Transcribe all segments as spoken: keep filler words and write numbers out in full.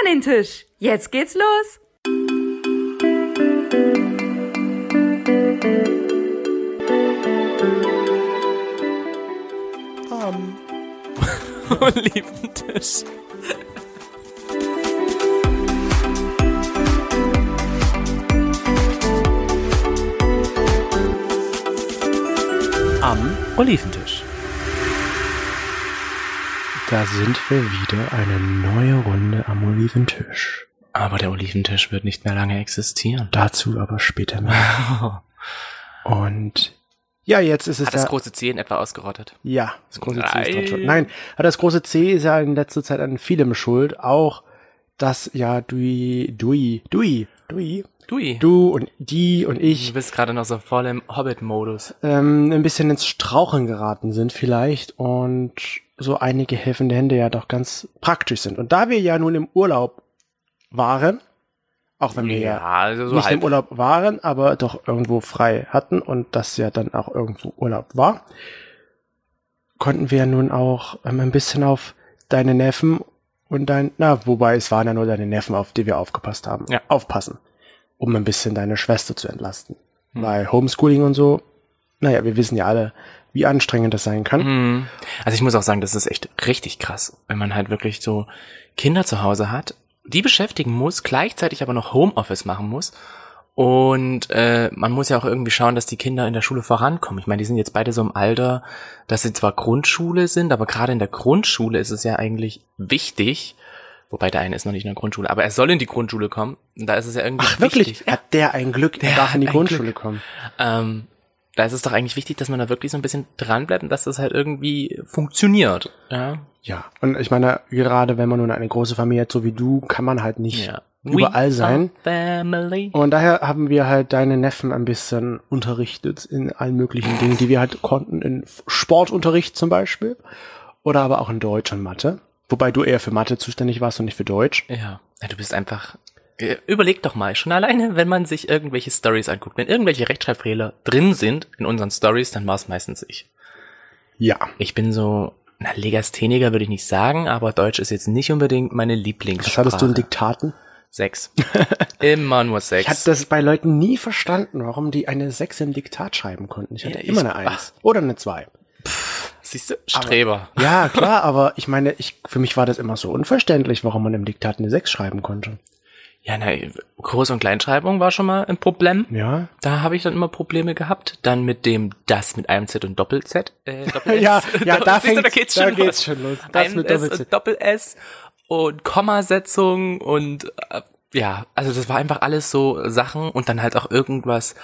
an den Tisch. Jetzt geht's los. Am Oliventisch. Am Oliventisch. Da sind wir wieder, eine neue Runde am Oliventisch. Aber der Oliventisch wird nicht mehr lange existieren. Dazu aber später mehr. Und ja, jetzt ist es Hat ja... das große C in etwa ausgerottet? Ja, das große C Nein. ist dran schuld. Nein, aber das große C ist ja in letzter Zeit an vielem schuld. Auch, dass ja Dui, Dui, Dui, Dui, Dui. du und die und ich Du bist gerade noch so voll im Hobbit-Modus. ähm, ein bisschen ins Straucheln geraten sind vielleicht und so einige helfende Hände ja doch ganz praktisch sind. Und da wir ja nun im Urlaub waren, auch wenn wir ja, also so nicht halb. im Urlaub waren, aber doch irgendwo frei hatten und das ja dann auch irgendwo Urlaub war, konnten wir nun auch ähm, ein bisschen auf deine Neffen und dein, na, wobei es waren ja nur deine Neffen, auf die wir aufgepasst haben, Ja. aufpassen, um ein bisschen deine Schwester zu entlasten. Hm. Weil Homeschooling und so, naja, wir wissen ja alle, wie anstrengend das sein kann. Mhm. Also ich muss auch sagen, das ist echt richtig krass, wenn man halt wirklich so Kinder zu Hause hat, die beschäftigen muss, gleichzeitig aber noch Homeoffice machen muss. Und äh, man muss ja auch irgendwie schauen, dass die Kinder in der Schule vorankommen. Ich meine, die sind jetzt beide so im Alter, dass sie zwar Grundschule sind, aber gerade in der Grundschule ist es ja eigentlich wichtig, wobei der eine ist noch nicht in der Grundschule, aber er soll in die Grundschule kommen. Und da ist es ja irgendwie Ach, wirklich? wichtig. Hat der ein Glück, der Der darf in die hat ein Grundschule Glück. kommen. Ähm, da ist es doch eigentlich wichtig, dass man da wirklich so ein bisschen dranbleibt und dass das halt irgendwie funktioniert. Ja. Ja, und ich meine, gerade wenn man nun eine große Familie hat, so wie du, kann man halt nicht Ja. überall We sein. are family. Und daher haben wir halt deine Neffen ein bisschen unterrichtet in allen möglichen Dingen, die wir halt konnten, in Sportunterricht zum Beispiel oder aber auch in Deutsch und Mathe. Wobei du eher für Mathe zuständig warst und nicht für Deutsch. Ja. Ja, du bist einfach... äh, Überleg doch mal, schon alleine, wenn man sich irgendwelche Stories anguckt, wenn irgendwelche Rechtschreibfehler drin sind in unseren Stories, dann war es meistens ich. Ja. Ich bin so... Na, Legastheniker würde ich nicht sagen, aber Deutsch ist jetzt nicht unbedingt meine Lieblingssprache. Was hattest du in Diktaten? Sechs. Immer nur sechs. Ich hatte das bei Leuten nie verstanden, warum die eine sechs im Diktat schreiben konnten. Ich hatte Ja, immer ich- eine eins oder eine zwei. Siehst du? Streber. Ja, klar, aber ich meine, ich, für mich war das immer so unverständlich, warum man im Diktat eine sechs schreiben konnte. Ja, na, Groß- und Kleinschreibung war schon mal ein Problem. Ja. Da habe ich dann immer Probleme gehabt. Dann mit dem das mit einem Z und Doppel-Z. Äh, Doppel-S. Ja, ja, da Siehst du, fängt's- geht's da schon geht's los. schon los. Das Ein mit S Doppel-Z. und Doppel-S und Kommasetzung und äh, ja, also das war einfach alles so Sachen und dann halt auch irgendwas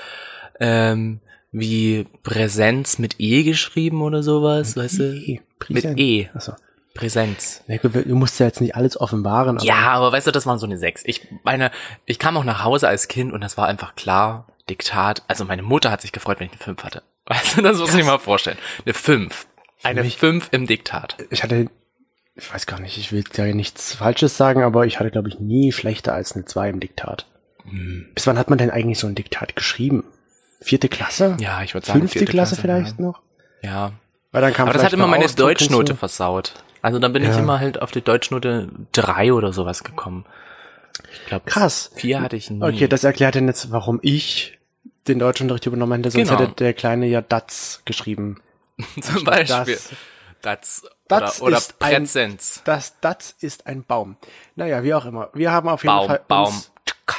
ähm, wie Präsenz mit E geschrieben oder sowas, weißt du? E. Mit E. Achso. Präsenz. Ja, gut, du musst ja jetzt nicht alles offenbaren. Aber Ja, aber weißt du, das waren so eine Sechs. Ich meine, ich kam auch nach Hause als Kind und das war einfach klar, Diktat. Also meine Mutter hat sich gefreut, wenn ich eine Fünf hatte. Weißt du, das muss ich mir mal vorstellen. Eine Fünf. Eine mich- Fünf im Diktat. ich hatte, ich weiß gar nicht, ich will ja nichts Falsches sagen, aber ich hatte, glaube ich, nie schlechter als eine zwei im Diktat. Hm. Bis wann hat man denn eigentlich so ein Diktat geschrieben? Vierte Klasse? Ja, ich würde sagen Fünfte vierte Klasse, vielleicht ja. noch? Ja. Weil dann kam Aber das hat vielleicht immer noch meine Ausdruck Deutschnote hinzu. versaut. Also dann bin ich Ja. immer halt auf die Deutschnote drei oder sowas gekommen. Ich glaube, Krass. vier hatte ich nie. Okay, das erklärt denn jetzt, warum ich den Deutschunterricht übernommen hätte, sonst Genau. hätte der Kleine ja Datz geschrieben. Zum Beispiel. Das, Das, Das oder, oder ist ein- Präsenz. das Datz ist ein Baum. Naja, wie auch immer. Wir haben auf jeden Baum, Fall Baum. Uns,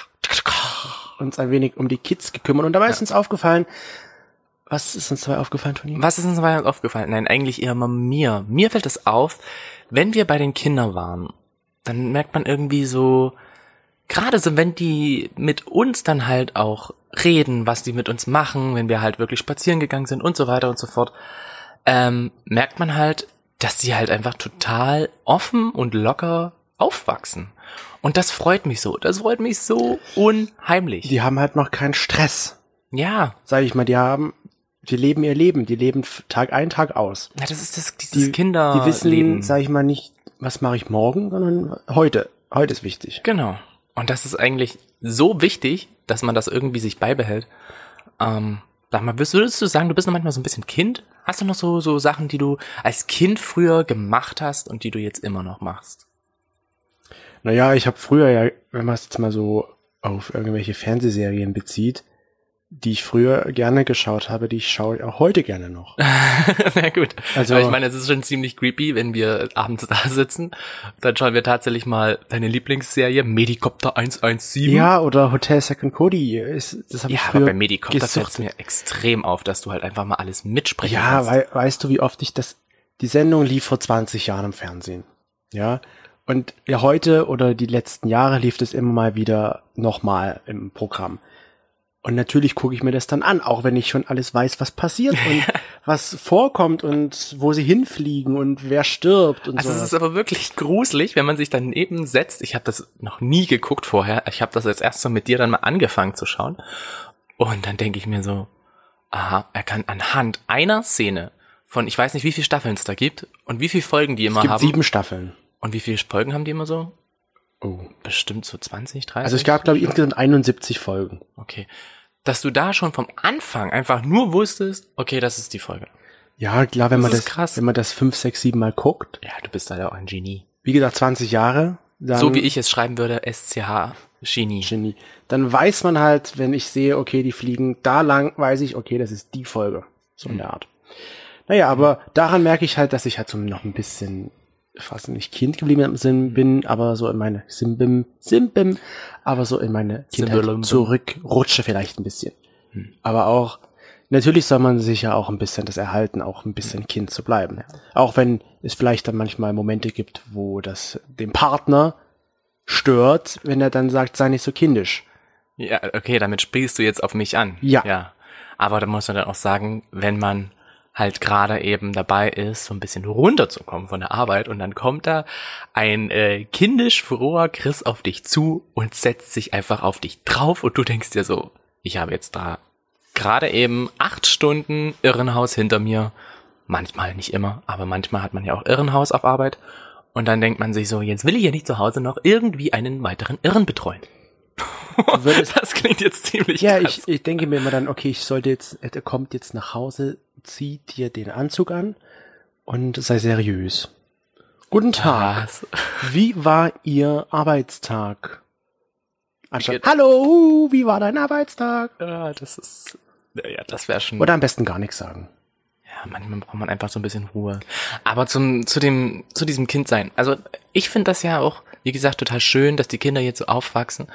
uns ein wenig um die Kids gekümmert und dabei ist uns aufgefallen, was ist uns dabei aufgefallen, Toni? Was ist uns dabei aufgefallen? Nein, eigentlich eher mal mir. Mir fällt es auf, wenn wir bei den Kindern waren, dann merkt man irgendwie so, gerade so, wenn die mit uns dann halt auch reden, was die mit uns machen, wenn wir halt wirklich spazieren gegangen sind und so weiter und so fort, ähm, merkt man halt, dass die halt einfach total offen und locker aufwachsen. Und das freut mich so. Das freut mich so unheimlich. Die haben halt noch keinen Stress, ja. sag ich mal. Die haben, die leben ihr Leben. Die leben Tag ein, Tag aus. Ja, das ist das, dieses Die, Kinderleben. die wissen, sag ich mal, nicht, was mache ich morgen, sondern heute. Heute ist wichtig. Genau. Und das ist eigentlich so wichtig, dass man das irgendwie sich beibehält. Ähm, sag mal, würdest du sagen, du bist noch manchmal so ein bisschen Kind? Hast du noch so, so Sachen, die du als Kind früher gemacht hast und die du jetzt immer noch machst? Naja, ich habe früher ja, wenn man es jetzt mal so auf irgendwelche Fernsehserien bezieht, die ich früher gerne geschaut habe, die ich schaue auch heute gerne noch. Na gut. Also, aber ich meine, es ist schon ziemlich creepy, wenn wir abends da sitzen. Dann schauen wir tatsächlich mal deine Lieblingsserie, Medikopter eins eins sieben. Ja, oder Hotel Second Cody. Ist, das habe ja, ich früher aber bei Medikopter fällt es gesuchtet. mir extrem auf, dass du halt einfach mal alles mitsprechen Ja, kannst. wei weißt du, wie oft ich das, die Sendung lief vor zwanzig Jahren im Fernsehen. Ja. Und ja, heute oder die letzten Jahre lief das immer mal wieder nochmal im Programm. Und natürlich gucke ich mir das dann an, auch wenn ich schon alles weiß, was passiert und was vorkommt und wo sie hinfliegen und wer stirbt und Also so. es ist aber wirklich gruselig, wenn man sich daneben setzt. Ich habe das noch nie geguckt vorher. Ich habe das als erstes mit dir dann mal angefangen zu schauen. Und dann denke ich mir so, aha, er kann anhand einer Szene von, ich weiß nicht, wie viele Staffeln es da gibt und wie viele Folgen die immer Es gibt haben. sieben Staffeln. Und wie viele Folgen haben die immer so? Oh. Bestimmt so zwanzig, dreißig? Also es gab, glaube ich, insgesamt einundsiebzig Folgen. Okay. Dass du da schon vom Anfang einfach nur wusstest, okay, das ist die Folge. Ja, klar, wenn Das man ist das, krass. wenn man das fünf, sechs, sieben Mal guckt. Ja, du bist halt auch ein Genie. Wie gesagt, zwanzig Jahre. Dann So wie ich es schreiben würde, S C H, Genie. Genie. Dann weiß man halt, wenn ich sehe, okay, die fliegen da lang, weiß ich, okay, das ist die Folge. So in der Art. Naja, aber daran merke ich halt, dass ich halt so noch ein bisschen fast nicht Kind geblieben bin, aber so in meine Simbim, Simbim, aber so in meine Kindheit Simbim. zurückrutsche vielleicht ein bisschen. Hm. Aber auch, natürlich soll man sich ja auch ein bisschen das erhalten, auch ein bisschen Kind zu bleiben. Auch wenn es vielleicht dann manchmal Momente gibt, wo das dem Partner stört, wenn er dann sagt, sei nicht so kindisch. Ja, okay, damit spielst du jetzt auf mich an. Ja. Ja. Aber da muss man dann auch sagen, wenn man halt gerade eben dabei ist, so ein bisschen runterzukommen von der Arbeit und dann kommt da ein äh, kindisch froher Chris auf dich zu und setzt sich einfach auf dich drauf und du denkst dir so, ich habe jetzt da gerade eben acht Stunden Irrenhaus hinter mir, manchmal nicht immer, aber manchmal hat man ja auch Irrenhaus auf Arbeit und dann denkt man sich so, jetzt will ich ja nicht zu Hause noch irgendwie einen weiteren Irren betreuen. Das klingt jetzt ziemlich Ja, krass. ich, ich denke mir immer dann, okay, ich sollte jetzt, er kommt jetzt nach Hause, zieht dir den Anzug an und sei seriös. Guten Tag. Was? Wie war Ihr Arbeitstag? Anstatt, Geht- hallo, uh, wie war dein Arbeitstag? Ja, das ist, ja, das wäre schon, Oder am besten gar nichts sagen. ja, manchmal braucht man einfach so ein bisschen Ruhe. Aber zum, zu dem, zu diesem Kindsein. Also, ich finde das ja auch, wie gesagt, total schön, dass die Kinder jetzt so aufwachsen.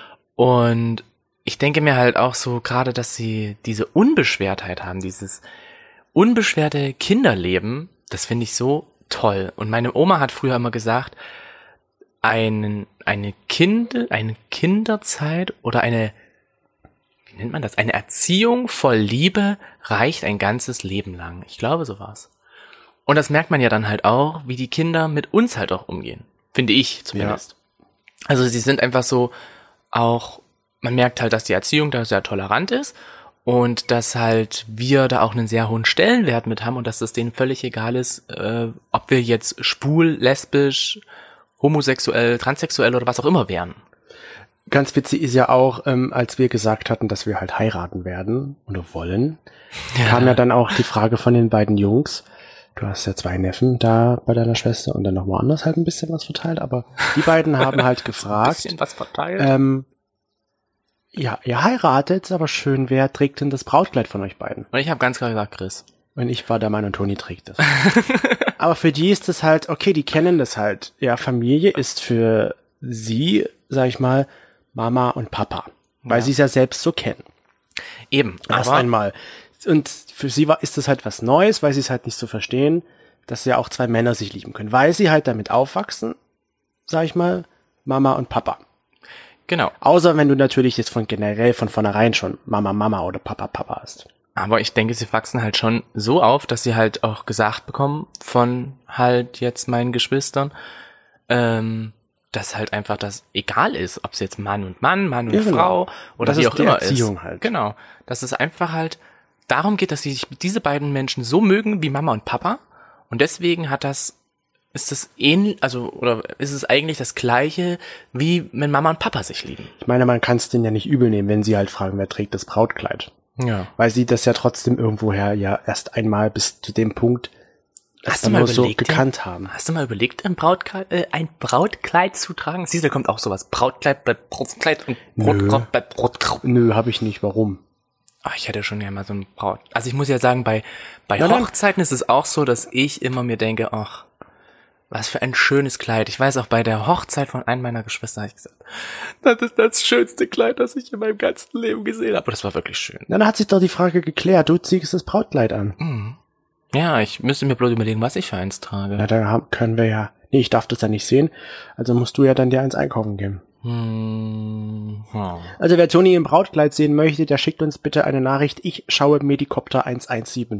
Und ich denke mir halt auch so gerade, dass sie diese Unbeschwertheit haben, dieses unbeschwerte Kinderleben, das finde ich so toll. Und meine Oma hat früher immer gesagt, einen, eine Kind, eine Kinderzeit oder eine, wie nennt man das? Eine Erziehung voll Liebe reicht ein ganzes Leben lang. Ich glaube, so war's. Und das merkt man ja dann halt auch, wie die Kinder mit uns halt auch umgehen. Finde ich zumindest. Also sie sind einfach so auch, man merkt halt, dass die Erziehung da sehr tolerant ist und dass halt wir da auch einen sehr hohen Stellenwert mit haben und dass es denen völlig egal ist, äh, ob wir jetzt schwul, lesbisch, homosexuell, transsexuell oder was auch immer wären. Ganz witzig ist ja auch, ähm, als wir gesagt hatten, dass wir halt heiraten werden oder wollen, Ja. kam ja dann auch die Frage von den beiden Jungs. Du hast ja zwei Neffen da bei deiner Schwester und dann noch woanders halt ein bisschen was verteilt, aber die beiden haben halt Ein gefragt, bisschen was verteilt. ähm, ja, ihr heiratet, aber schön, wer trägt denn das Brautkleid von euch beiden? Und ich habe ganz klar gesagt, Chris. Und ich war der Meinung, Toni trägt das. Aber für die ist es halt, okay, die kennen das halt. Ja, Familie ist für sie, sag ich mal, Mama und Papa. Weil Ja. sie es ja selbst so kennen. Eben, Erst aber einmal. Und für sie war, ist das halt was Neues, weil sie es halt nicht so verstehen, dass ja auch zwei Männer sich lieben können. Weil sie halt damit aufwachsen, sag ich mal, Mama und Papa. genau. Außer wenn du natürlich jetzt von generell von vornherein schon Mama, Mama oder Papa, Papa hast. Aber ich denke, sie wachsen halt schon so auf, dass sie halt auch gesagt bekommen von halt jetzt meinen Geschwistern, ähm, dass halt einfach das egal ist, ob es jetzt Mann und Mann, Mann und Ja, genau. Frau oder Das wie ist auch die immer Erziehung ist. halt. Genau. Dass es einfach halt darum geht, dass sie sich diese beiden Menschen so mögen wie Mama und Papa. Und deswegen hat das, ist das ähnlich, also, oder ist es eigentlich das Gleiche, wie wenn Mama und Papa sich lieben. Ich meine, man kann es denen ja nicht übel nehmen, wenn sie halt fragen, wer trägt das Brautkleid. Ja. Weil sie das ja trotzdem irgendwoher ja erst einmal bis zu dem Punkt Hast dann du mal nur so überlegt, gekannt ja, haben. Hast du mal überlegt, ein Brautkleid, äh, ein Brautkleid zu tragen? Siehst du, da kommt auch sowas. Brautkleid bleibt Brautkleid und Brotkorb bleibt Brotkorb. Nö, habe ich nicht. Warum? Ach, ich hätte schon ja mal so ein Braut. Also ich muss ja sagen, bei, bei Na dann. Hochzeiten ist es auch so, dass ich immer mir denke, ach, was für ein schönes Kleid. Ich weiß auch, bei der Hochzeit von einem meiner Geschwister habe ich gesagt, das ist das schönste Kleid, das ich in meinem ganzen Leben gesehen habe. Aber das war wirklich schön. Na, dann hat sich doch die Frage geklärt. Du ziehst das Brautkleid an. Mhm. Ja, ich müsste mir bloß überlegen, was ich für eins trage. Na, da haben- können wir ja. Nee, ich darf das ja nicht sehen. Also musst du ja dann dir eins einkaufen gehen. Hm. Hm. Also wer Toni im Brautkleid sehen möchte, der schickt uns bitte eine Nachricht. Ich schaue Medikopter eins eins sieben.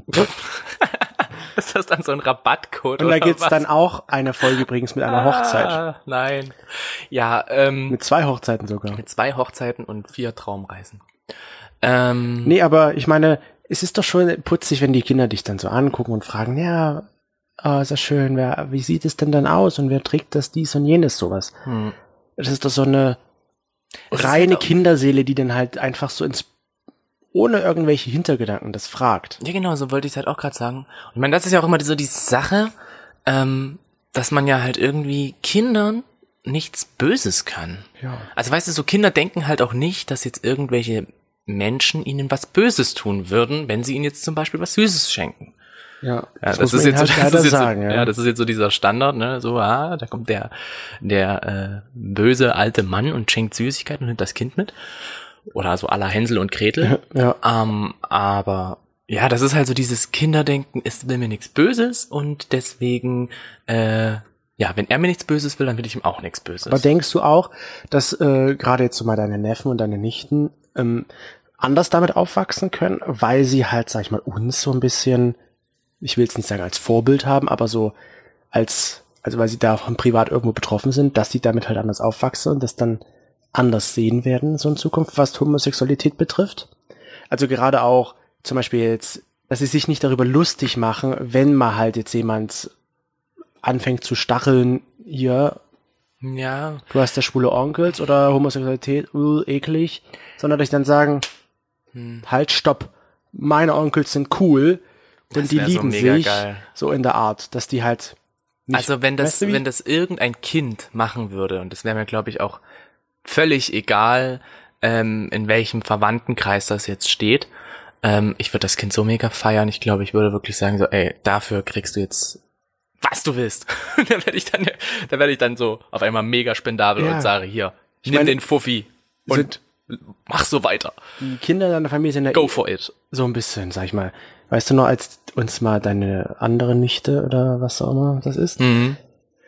Ist das dann so ein Rabattcode? Und da oder gibt's was? dann auch eine Folge übrigens mit einer Hochzeit. Ah, nein. Ja, ähm, Mit zwei Hochzeiten sogar. mit zwei Hochzeiten und vier Traumreisen. Ähm, Nee, aber ich meine, es ist doch schon putzig, wenn die Kinder dich dann so angucken und fragen, ja, oh, ist das schön, wer, wie sieht es denn dann aus und wer trägt das, dies und jenes, sowas. hm. Das ist doch so eine Es ist reine halt auch- Kinderseele, die dann halt einfach so ins, ohne irgendwelche Hintergedanken das fragt. Ja, genau, so wollte ich es halt auch gerade sagen. Und ich meine, das ist ja auch immer so die Sache, ähm, dass man ja halt irgendwie Kindern nichts Böses kann. Ja. Also weißt du, so Kinder denken halt auch nicht, dass jetzt irgendwelche Menschen ihnen was Böses tun würden, wenn sie ihnen jetzt zum Beispiel was Süßes schenken. Ja, Ja, das, ist jetzt so, das leider ist jetzt sagen, so, ja. ja, das ist jetzt so dieser Standard, ne, so, ah, da kommt der, der, äh, böse alte Mann und schenkt Süßigkeiten und nimmt das Kind mit. Oder so à la Hänsel und Gretel. Ja. Ähm, aber, ja, das ist halt so dieses Kinderdenken, es will mir nichts Böses und deswegen, äh, ja, wenn er mir nichts Böses will, dann will ich ihm auch nichts Böses. Aber denkst du auch, dass äh, gerade jetzt so mal deine Neffen und deine Nichten ähm, anders damit aufwachsen können, weil sie halt, sag ich mal, uns so ein bisschen, ich will jetzt nicht sagen als Vorbild haben, aber so als, also weil sie davon privat irgendwo betroffen sind, dass sie damit halt anders aufwachsen und das dann anders sehen werden, so in Zukunft, was Homosexualität betrifft? Also gerade auch zum Beispiel jetzt, dass sie sich nicht darüber lustig machen, wenn mal halt jetzt jemand anfängt zu stacheln, hier, Ja, du hast ja schwule Onkels oder Homosexualität, uh, eklig, sondern dass ich dann sagen, Hm. halt, stopp, meine Onkels sind cool und Das die wär so lieben mega sich, geil. so in der Art, dass die halt nicht, also wenn das, weißt du, wie? wenn das irgendein Kind machen würde, und das wäre mir, glaube ich, auch völlig egal, ähm, in welchem Verwandtenkreis das jetzt steht, ähm, ich würde das Kind so mega feiern, ich glaube, ich würde wirklich sagen, so, ey, dafür kriegst du jetzt, was du willst. da werde ich dann, da werde ich dann so auf einmal mega spendabel Ja. und sage, hier, Ich nimm meine, den Fuffi und mach so weiter. Die Kinder deiner Familie sind ja Go eh for it. so ein bisschen, sag ich mal. Weißt du noch, als uns mal deine andere Nichte oder was auch immer das ist, Mhm.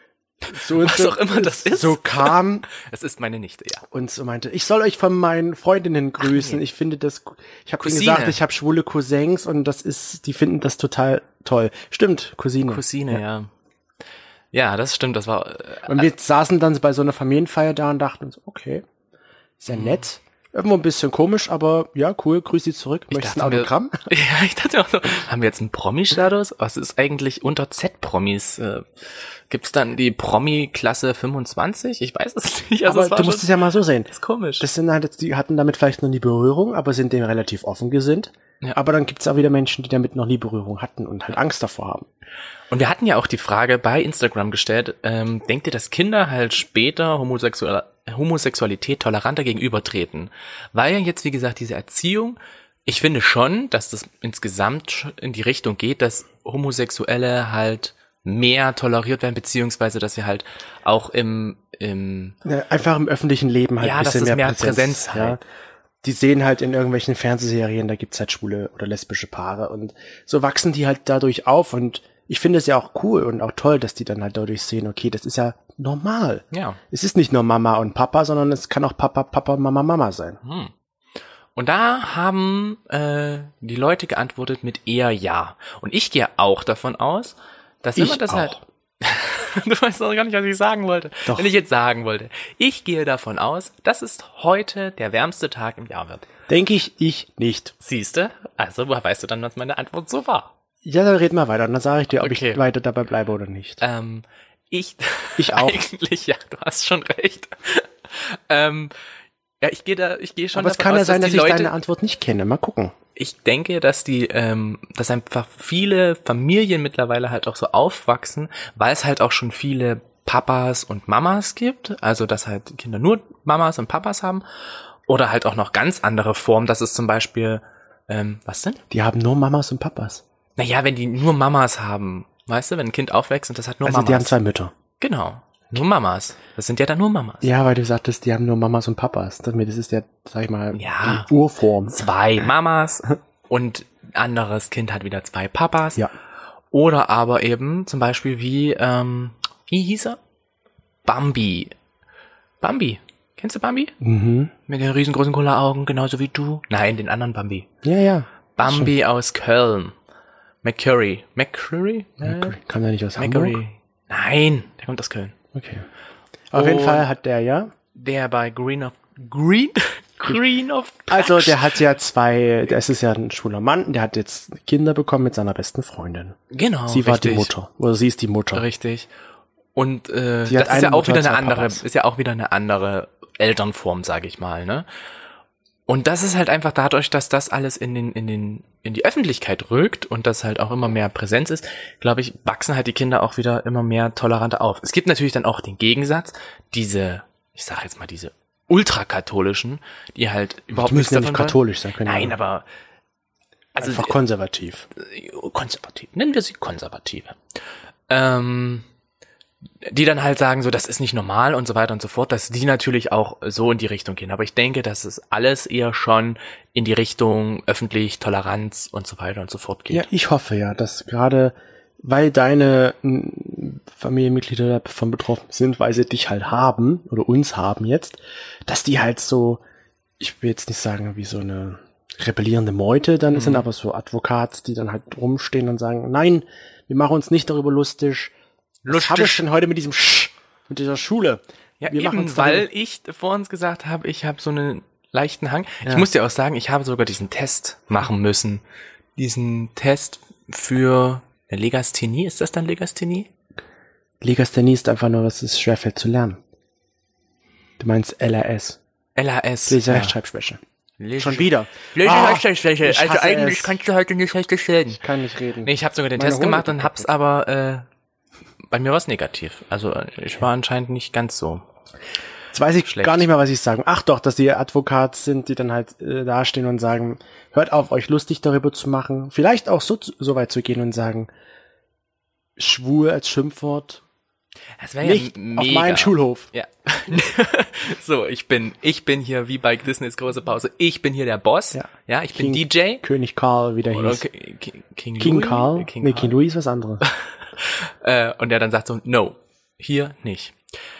so, Was auch immer das ist. so kam Es ist meine Nichte, ja. und so meinte, ich soll euch von meinen Freundinnen grüßen. nee. Ich finde das, ich habe Cousine. gesagt, ich habe schwule Cousins und das ist, die finden das total toll. Stimmt, Cousine. Cousine, ja. Ja, das stimmt, das war, äh, Und wir saßen dann bei so einer Familienfeier da und dachten uns, okay, ist ja Mhm. nett. Irgendwo ein bisschen komisch, aber ja, cool, grüß Sie zurück. Möchtest du ein dachte mir- Autogramm? ja, ich dachte auch so, haben wir jetzt einen Promi-Status? Was ist eigentlich unter Z-Promis? Äh, gibt's dann die Promi-Klasse fünfundzwanzig? Ich weiß es nicht. Also aber es war du musst schon- es ja mal so sehen. das ist komisch. Das sind halt, jetzt- die hatten damit vielleicht noch nie Berührung, aber sind dem relativ offen gesinnt. Ja. Aber dann gibt's auch wieder Menschen, die damit noch nie Berührung hatten und halt Angst davor haben. Und wir hatten ja auch die Frage bei Instagram gestellt, ähm, denkt ihr, dass Kinder halt später Homosexual Homosexualität toleranter gegenübertreten? Weil ja jetzt, wie gesagt, diese Erziehung, ich finde schon, dass das insgesamt in die Richtung geht, dass Homosexuelle halt mehr toleriert werden, beziehungsweise dass sie halt auch im, im Ja, einfach im öffentlichen Leben halt Ja, ein dass bisschen es mehr, mehr Präsenz. Präsenz ja. hat. Die sehen halt in irgendwelchen Fernsehserien, da gibt's halt schwule oder lesbische Paare und so wachsen die halt dadurch auf und ich finde es ja auch cool und auch toll, dass die dann halt dadurch sehen, okay, das ist ja normal. ja. Es ist nicht nur Mama und Papa, sondern es kann auch Papa, Papa, Mama, Mama sein. Hm. Und da haben äh, die Leute geantwortet mit eher ja. Und ich gehe auch davon aus, dass wenn Ich man das auch. halt... Du weißt noch gar nicht, was ich sagen wollte. Doch. Wenn ich jetzt sagen wollte, ich gehe davon aus, dass es heute der wärmste Tag im Jahr wird. Denke ich, ich nicht. Siehste? Also weißt du dann, was meine Antwort so war. Ja, dann reden wir weiter und dann sage ich dir, ob Okay. ich weiter dabei bleibe oder nicht. Ähm, ich... Ich auch. Eigentlich, ja, du hast schon recht. ähm, Ja, ich gehe da, ich gehe schon Aber es davon kann ja aus, sein, dass dass die ich Leute, deine Antwort nicht kenne. Mal gucken. ich denke, dass die, ähm, dass einfach viele Familien mittlerweile halt auch so aufwachsen, weil es halt auch schon viele Papas und Mamas gibt, also dass halt die Kinder nur Mamas und Papas haben, oder halt auch noch ganz andere Formen, dass es zum Beispiel, ähm, was denn? Die haben nur Mamas und Papas. Naja, wenn die nur Mamas haben, weißt du, wenn ein Kind aufwächst und das hat nur Also Mamas. die haben zwei Mütter. Genau, nur Mamas. Das sind ja dann nur Mamas. Ja, weil du sagtest, die haben nur Mamas und Papas. Das ist ja, sag ich mal, Ja. die Urform. Zwei Mamas und anderes Kind hat wieder zwei Papas. Ja. Oder aber eben zum Beispiel wie, ähm, wie hieß er? Bambi. Bambi. Kennst du Bambi? Mhm. Mit den riesengroßen Cola-Augen, genauso wie du? Nein, den anderen Bambi. Ja, ja. Bambi aus Köln. McCurry. McCurry? Mercury. Kam der nicht aus Hamburg? McCurry. Nein, der kommt aus Köln. Okay. Auf jeden Und- Fall hat der ja. Der bei Green of... Green? Green of... Also der hat ja zwei, der ist ja ein schwuler Mann, der hat jetzt Kinder bekommen mit seiner besten Freundin. Genau, Sie war die richtig. Mutter. Oder sie ist die Mutter. Richtig. Und äh, Sie hat das ist eine ja auch Mutter, wieder eine zwei andere, Papas. ist ja auch wieder eine andere Elternform, sage ich mal, ne? Und das ist halt einfach dadurch, dass das alles in den in den in die Öffentlichkeit rückt und das halt auch immer mehr Präsenz ist, glaube ich, wachsen halt die Kinder auch wieder immer mehr toleranter auf. Es gibt natürlich dann auch den Gegensatz, diese, ich sage jetzt mal diese ultrakatholischen, die halt überhaupt Die müssen ja nichts nicht davon katholisch sein. Können Nein, ja aber also einfach konservativ. konservativ, nennen wir sie konservative. Ähm, die dann halt sagen, so, das ist nicht normal und so weiter und so fort, dass die natürlich auch so in die Richtung gehen. Aber ich denke, dass es alles eher schon in die Richtung öffentlich, Toleranz und so weiter und so fort geht. Ja, ich hoffe ja, dass gerade, weil deine m, Familienmitglieder davon betroffen sind, weil sie dich halt haben oder uns haben jetzt, dass die halt so, ich will jetzt nicht sagen, wie so eine rebellierende Meute dann Mhm. sind, aber so Advokats, die dann halt rumstehen und sagen, nein, wir machen uns nicht darüber lustig. Was Lustig. habe ich denn heute mit diesem Sch, mit dieser Schule? Ja, wir machen eben, uns darüber- weil ich vor uns gesagt habe, ich habe so einen leichten Hang. Ja. Ich muss dir auch sagen, ich habe sogar diesen Test machen müssen. Diesen Test für eine Legasthenie. Ist das dann Legasthenie? Legasthenie ist einfach nur, dass es schwerfällt zu lernen. Du meinst L R S. L H S. Leserechtschreibschwäche. Lese- Schon wieder. Lese- Ah, Rechtschreibschwäche. ich Also hasse eigentlich es. kannst du heute nicht richtig reden. Ich kann nicht reden. Nee, ich habe sogar den Meine Test gemacht Hunde und hab's aber, äh, bei mir war es negativ. Also äh, ich war anscheinend nicht ganz so. Jetzt weiß ich schlecht. gar nicht mehr, was ich sagen. Ach doch, dass die Advokats sind, die dann halt äh, dastehen und sagen, hört auf, euch lustig darüber zu machen. Vielleicht auch so, so weit zu gehen und sagen, schwul als Schimpfwort. Das wäre Nicht ja auf mega. meinem Schulhof. Ja. So, ich bin, ich bin hier wie bei Disneys große Pause. Ich bin hier der Boss. Ja. Ja, ich bin King- D J. König Karl, wie der Oder hieß. K- King, King, King Louis? Karl? King nee, Karl. King Louis ist was anderes. Äh, und der dann sagt so, no, hier nicht.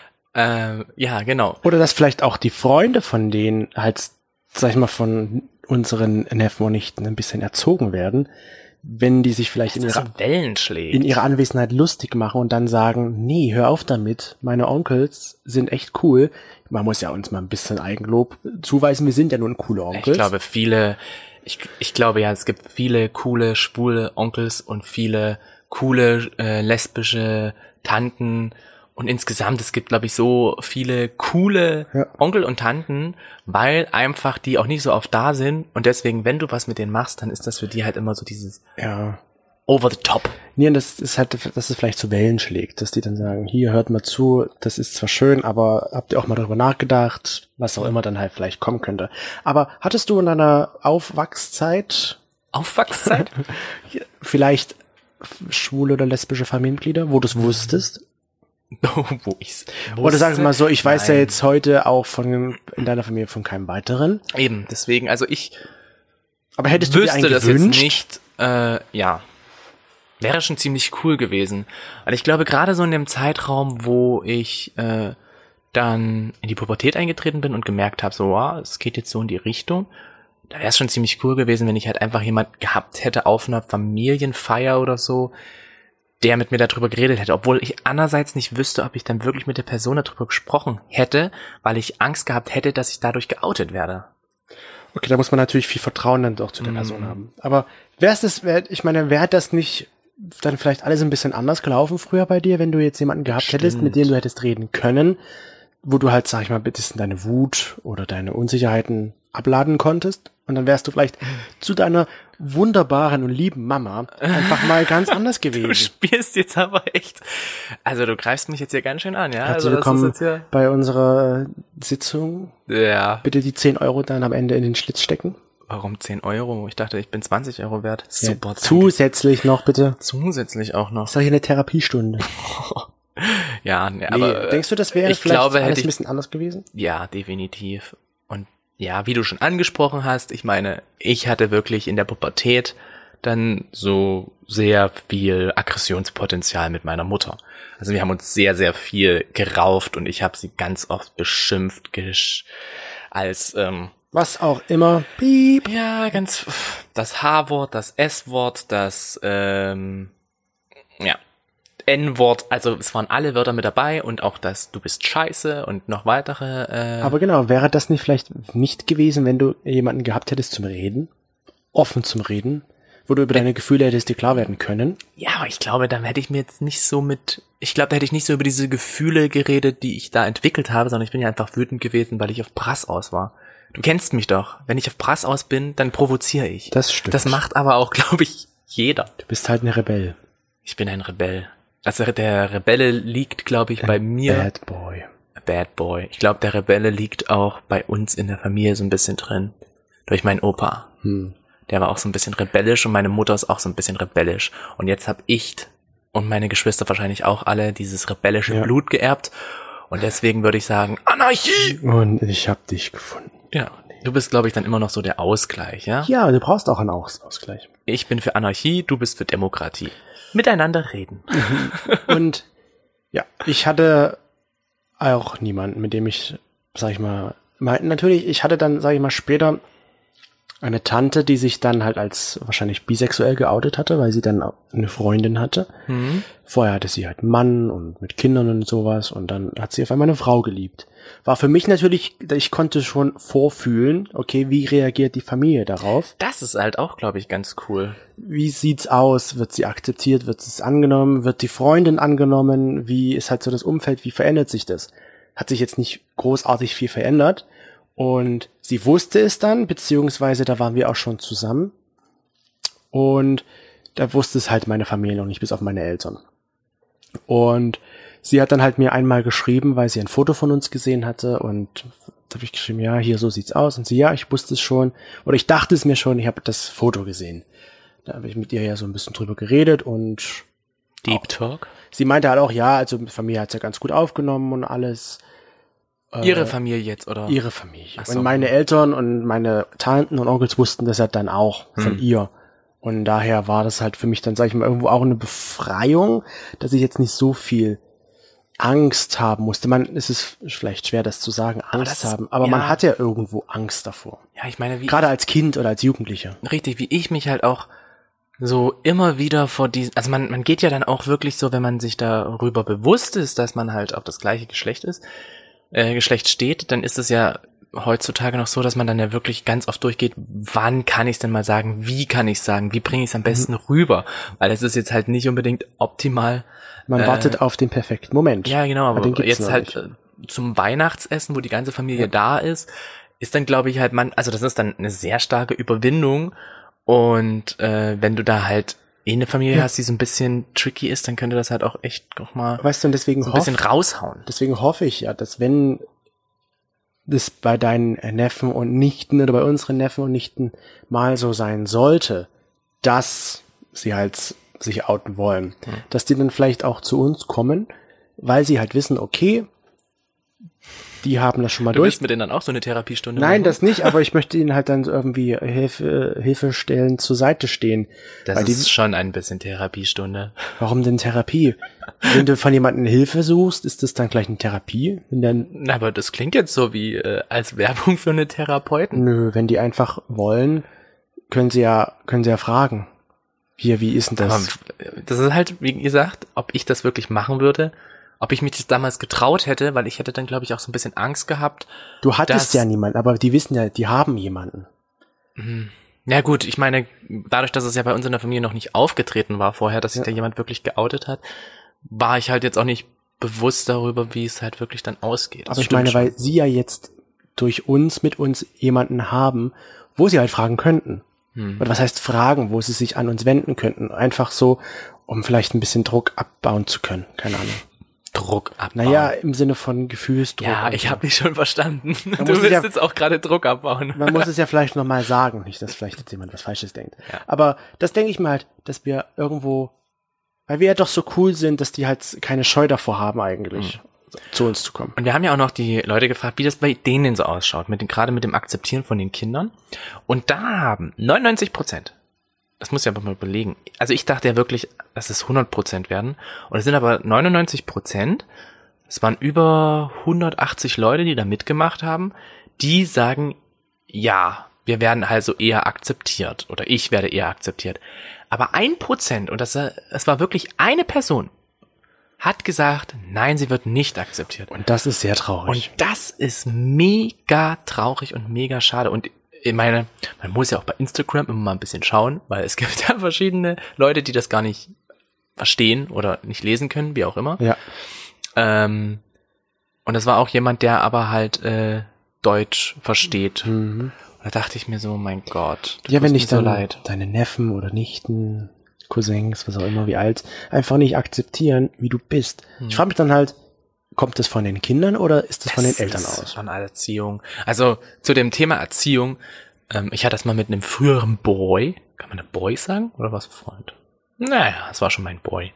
Äh, ja, genau. Oder dass vielleicht auch die Freunde von denen halt, sag ich mal, von unseren Neffen und Nichten ein bisschen erzogen werden, wenn die sich vielleicht in Das ihrer, so Wellen schlägt. in ihrer Anwesenheit lustig machen und dann sagen, nee, hör auf damit, meine Onkels sind echt cool. Man muss ja uns mal ein bisschen Eigenlob zuweisen, wir sind ja nun coole Onkels. Ich glaube, viele, ich, ich glaube ja, es gibt viele coole, schwule Onkels und viele coole, äh, lesbische Tanten. Und insgesamt, es gibt, glaube ich, so viele coole Ja. Onkel und Tanten, weil einfach die auch nicht so oft da sind. Und deswegen, wenn du was mit denen machst, dann ist das für die halt immer so dieses Ja. over the top. Nee, und das ist halt, dass es vielleicht zu Wellen schlägt, dass die dann sagen, hier, hört mal zu, das ist zwar schön, aber habt ihr auch mal darüber nachgedacht, was auch immer dann halt vielleicht kommen könnte. Aber hattest du in deiner Aufwachszeit Aufwachszeit? vielleicht schwule oder lesbische Familienmitglieder, wo du es wusstest? Wo ich's Oder sag ich mal so, ich weiß ja Nein. jetzt heute auch von in deiner Familie von keinem weiteren. Eben, deswegen, also ich Aber hättest du dir wüsste einen das jetzt gewünscht? nicht, äh, ja. Wäre schon ziemlich cool gewesen. Weil ich glaube, gerade so in dem Zeitraum, wo ich äh, dann in die Pubertät eingetreten bin und gemerkt habe, so, wow, es geht jetzt so in die Richtung, da wäre es schon ziemlich cool gewesen, wenn ich halt einfach jemand gehabt hätte auf einer Familienfeier oder so, der mit mir darüber geredet hätte, obwohl ich andererseits nicht wüsste, ob ich dann wirklich mit der Person darüber gesprochen hätte, weil ich Angst gehabt hätte, dass ich dadurch geoutet werde. Okay, da muss man natürlich viel Vertrauen dann doch zu der Mm. Person haben. Aber wäre es das, wär, ich meine, wäre das nicht dann vielleicht alles ein bisschen anders gelaufen früher bei dir, wenn du jetzt jemanden gehabt hättest, Stimmt. mit dem du hättest reden können, wo du halt, sag ich mal, ein bisschen deine Wut oder deine Unsicherheiten abladen konntest. Und dann wärst du vielleicht zu deiner wunderbaren und lieben Mama einfach mal ganz anders gewesen. Du spielst jetzt aber echt, also du greifst mich jetzt hier ganz schön an, ja? Herzlich Also das willkommen ist jetzt bei unserer Sitzung. ja, ja. Bitte die zehn Euro dann am Ende in den Schlitz stecken. Warum zehn Euro? Ich dachte, ich bin zwanzig Euro wert. Super. Ja, zusätzlich noch, bitte. Zusätzlich auch noch. Das ist doch hier eine Therapiestunde. Ja, nee, Nee, aber denkst du, das wäre ich vielleicht glaube, alles hätte ich, ein bisschen anders gewesen? ja, definitiv. Und ja, wie du schon angesprochen hast, ich meine, ich hatte wirklich in der Pubertät dann so sehr viel Aggressionspotenzial mit meiner Mutter. Also wir haben uns sehr, sehr viel gerauft und ich habe sie ganz oft beschimpft gesch als ähm, Was auch immer. Piep. ja, ganz das H-Wort, das S-Wort, das ähm, ja, N-Wort, also es waren alle Wörter mit dabei und auch das du bist scheiße und noch weitere. Äh, Aber genau, wäre das nicht vielleicht nicht gewesen, wenn du jemanden gehabt hättest zum Reden? Offen zum Reden? Wo du über deine Gefühle hättest dir klar werden können? ja, aber ich glaube, dann hätte ich mir jetzt nicht so mit, ich glaube, da hätte ich nicht so über diese Gefühle geredet, die ich da entwickelt habe, sondern ich bin ja einfach wütend gewesen, weil ich auf Brass aus war. Du kennst mich doch. Wenn ich auf Brass aus bin, dann provoziere ich. Das stimmt. Das macht aber auch, glaube ich, jeder. Du bist halt ein Rebell. Ich bin ein Rebell. Also der Rebelle liegt, glaube ich, bei mir. Bad Boy. Bad Boy. Ich glaube, der Rebelle liegt auch bei uns in der Familie so ein bisschen drin. Durch meinen Opa. Hm. Der war auch so ein bisschen rebellisch und meine Mutter ist auch so ein bisschen rebellisch. Und jetzt habe ich und meine Geschwister wahrscheinlich auch alle dieses rebellische Ja. Blut geerbt. Und deswegen würde ich sagen, Anarchie! Und ich hab dich gefunden. Ja. Du bist, glaube ich, dann immer noch so der Ausgleich, ja? Ja, du brauchst auch einen Aus Ausgleich. Ich bin für Anarchie, du bist für Demokratie. Miteinander reden. Und ja, ich hatte auch niemanden, mit dem ich, sag ich mal, mal natürlich, ich hatte dann, sag ich mal, später eine Tante, die sich dann halt als wahrscheinlich bisexuell geoutet hatte, weil sie dann auch eine Freundin hatte. Mhm. Vorher hatte sie halt einen Mann und mit Kindern und sowas und dann hat sie auf einmal eine Frau geliebt. War für mich natürlich, ich konnte schon vorfühlen, okay, wie reagiert die Familie darauf? Das ist halt auch, glaube ich, ganz cool. Wie sieht's aus? Wird sie akzeptiert? Wird es angenommen? Wird die Freundin angenommen? Wie ist halt so das Umfeld? Wie verändert sich das? Hat sich jetzt nicht großartig viel verändert. Und sie wusste es dann, beziehungsweise da waren wir auch schon zusammen. Und da wusste es halt meine Familie noch nicht, bis auf meine Eltern. Und sie hat dann halt mir einmal geschrieben, weil sie ein Foto von uns gesehen hatte. Und da habe ich geschrieben, ja, hier, so sieht's aus. Und sie, ja, ich wusste es schon. Oder ich dachte es mir schon, ich habe das Foto gesehen. Da habe ich mit ihr ja so ein bisschen drüber geredet und Deep Talk? sie meinte halt auch, ja, also die Familie hat's ja ganz gut aufgenommen und alles. Ihre Familie jetzt, oder? Ihre Familie. Ach so. Und meine Eltern und meine Tanten und Onkels wussten das ja dann auch von Hm. ihr. Und daher war das halt für mich dann, sag ich mal, irgendwo auch eine Befreiung, dass ich jetzt nicht so viel Angst haben musste. Man, es ist vielleicht schwer, das zu sagen, Angst das ist- haben, aber ja. man hat ja irgendwo Angst davor. Ja, ich meine, wie Gerade als Kind oder als Jugendlicher. richtig, wie ich mich halt auch so immer wieder vor diesen, also man, man geht ja dann auch wirklich so, wenn man sich darüber bewusst ist, dass man halt auf das gleiche Geschlecht ist, äh, Geschlecht steht, dann ist es ja heutzutage noch so, dass man dann ja wirklich ganz oft durchgeht, wann kann ich es denn mal sagen, wie kann ich es sagen, wie bringe ich es am besten Mhm. rüber, weil es ist jetzt halt nicht unbedingt optimal. Man Äh, wartet auf den perfekten Moment. Ja, genau, Aber den aber gibt's jetzt noch halt nicht. äh, zum Weihnachtsessen, wo die ganze Familie Ja. da ist, ist dann, glaube ich, halt man, also das ist dann eine sehr starke Überwindung und äh, wenn du da halt eh eine Familie Ja. hast, die so ein bisschen tricky ist, dann könnte das halt auch echt noch mal Weißt du, und deswegen so ein hoff, bisschen raushauen. deswegen hoffe ich ja, dass wenn das bei deinen Neffen und Nichten oder bei unseren Neffen und Nichten mal so sein sollte, dass sie halt sich outen wollen, Hm. dass die dann vielleicht auch zu uns kommen, weil sie halt wissen, okay, die haben das schon mal Du durch. willst mit denen dann auch so eine Therapiestunde Nein, machen? das nicht, aber ich möchte ihnen halt dann so irgendwie Hilfe, Hilfestellen zur Seite stehen. Das weil die- ist schon ein bisschen Therapiestunde. Warum denn Therapie? Wenn du von jemandem Hilfe suchst, ist das dann gleich eine Therapie? Wenn dann, Na, aber das klingt jetzt so wie äh, als Werbung für eine Therapeuten. nö, wenn die einfach wollen, können sie ja, können sie ja fragen. Hier, wie ist denn Aber das? das ist halt, wie gesagt, ob ich das wirklich machen würde, ob ich mich das damals getraut hätte, weil ich hätte dann, glaube ich, auch so ein bisschen Angst gehabt. Du hattest das- ja niemanden, aber die wissen ja, die haben jemanden. Ja gut, ich meine, dadurch, dass es ja bei uns in der Familie noch nicht aufgetreten war vorher, dass sich Ja. da jemand wirklich geoutet hat, war ich halt jetzt auch nicht bewusst darüber, wie es halt wirklich dann ausgeht. Das Aber ich stimmt meine, schon. weil sie ja jetzt durch uns, mit uns jemanden haben, wo sie halt fragen könnten. Hm. Oder was heißt fragen, wo sie sich an uns wenden könnten. Einfach so, um vielleicht ein bisschen Druck abbauen zu können. Keine Ahnung. Druck abbauen. Naja, im Sinne von Gefühlsdruck. Ja, und ich so. habe dich schon verstanden. Man Du muss es willst ja- jetzt auch gerade Druck abbauen. Man muss es ja vielleicht nochmal sagen, nicht, dass vielleicht jetzt jemand was Falsches denkt. Ja. Aber das denke ich mir halt, dass wir irgendwo, weil wir ja doch so cool sind, dass die halt keine Scheu davor haben eigentlich, zu uns zu kommen. Und wir haben ja auch noch die Leute gefragt, wie das bei denen so ausschaut, mit den, gerade mit dem Akzeptieren von den Kindern. Und da haben neunundneunzig Prozent, das muss ich aber mal überlegen, also ich dachte ja wirklich, dass es hundert Prozent werden. Und es sind aber neunundneunzig Prozent, es waren über hundertachtzig Leute, die da mitgemacht haben, die sagen, ja, wir werden also eher akzeptiert oder ich werde eher akzeptiert. Aber ein Prozent, und das, das war wirklich eine Person, hat gesagt, nein, sie wird nicht akzeptiert. Und das ist sehr traurig. Und das ist mega traurig und mega schade. Und ich meine, man muss ja auch bei Instagram immer mal ein bisschen schauen, weil es gibt ja verschiedene Leute, die das gar nicht verstehen oder nicht lesen können, wie auch immer. Ja. Ähm, und das war auch jemand, der aber halt äh, Deutsch versteht. Mhm. Und da dachte ich mir so, mein Gott, Ja, wenn tust dich mir so dann leid. deine Neffen oder Nichten, Cousins, was auch immer, wie alt, einfach nicht akzeptieren, wie du bist. Ich frage mich dann halt, kommt das von den Kindern oder ist das von den Eltern ist aus? Von Erziehung. Also zu dem Thema Erziehung, ähm, ich hatte das mal mit einem früheren Boy, kann man ein Boy sagen oder was Freund? Naja, es war schon mein Boy.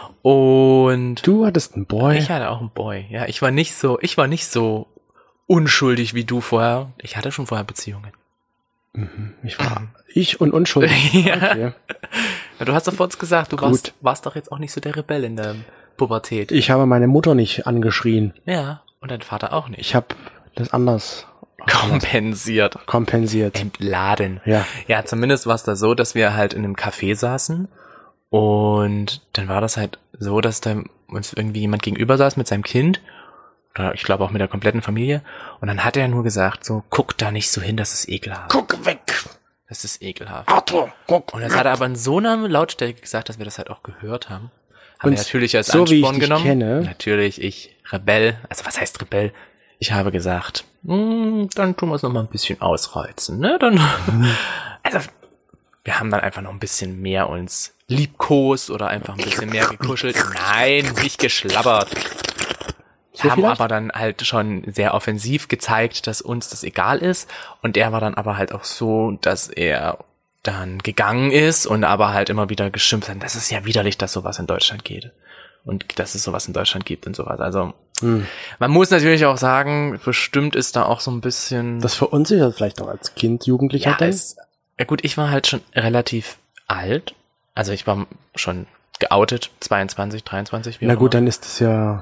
Und Du hattest einen Boy. ich hatte auch einen Boy. Ja, ich war nicht so, ich war nicht so unschuldig wie du vorher. Ich hatte schon vorher Beziehungen. Ich war ich und unschuldig. Ja. Okay. Du hast doch vor uns gesagt, du Gut. warst, warst doch jetzt auch nicht so der Rebell in der Pubertät. Ich habe meine Mutter nicht angeschrien. Ja, und dein Vater auch nicht. Ich habe das anders Kompensiert. kompensiert. Entladen. Ja. Ja, zumindest war es da so, dass wir halt in einem Café saßen und dann war das halt so, dass da uns irgendwie jemand gegenüber saß mit seinem Kind oder ich glaube auch mit der kompletten Familie und dann hat er nur gesagt so, guck da nicht so hin, das ist ekelhaft. Guck weg! Das ist ekelhaft. Arthur, guck! Und das hat er aber in so einer Lautstärke gesagt, dass wir das halt auch gehört haben. Haben Und wir natürlich als so wie ich Ansporn dich genommen. kenne- Natürlich, ich, Rebell. Also was heißt Rebell? Ich habe gesagt, hm, dann tun wir es noch mal ein bisschen ausreizen, ne? Dann, also, wir haben dann einfach noch ein bisschen mehr uns liebkost oder einfach ein bisschen mehr gekuschelt. Nein, nicht geschlabbert. So haben vielleicht? aber dann halt schon sehr offensiv gezeigt, dass uns das egal ist. Und er war dann aber halt auch so, dass er dann gegangen ist und aber halt immer wieder geschimpft hat. Das ist ja widerlich, dass sowas in Deutschland geht. Und dass es sowas in Deutschland gibt und sowas. Also, Hm. man muss natürlich auch sagen, bestimmt ist da auch so ein bisschen... Das verunsichert vielleicht auch als Kind, Jugendlicher ja, dann. es, ja gut, ich war halt schon relativ alt. Also ich war schon geoutet, zweiundzwanzig, dreiundzwanzig. Wie Na auch gut, immer. dann ist es ja,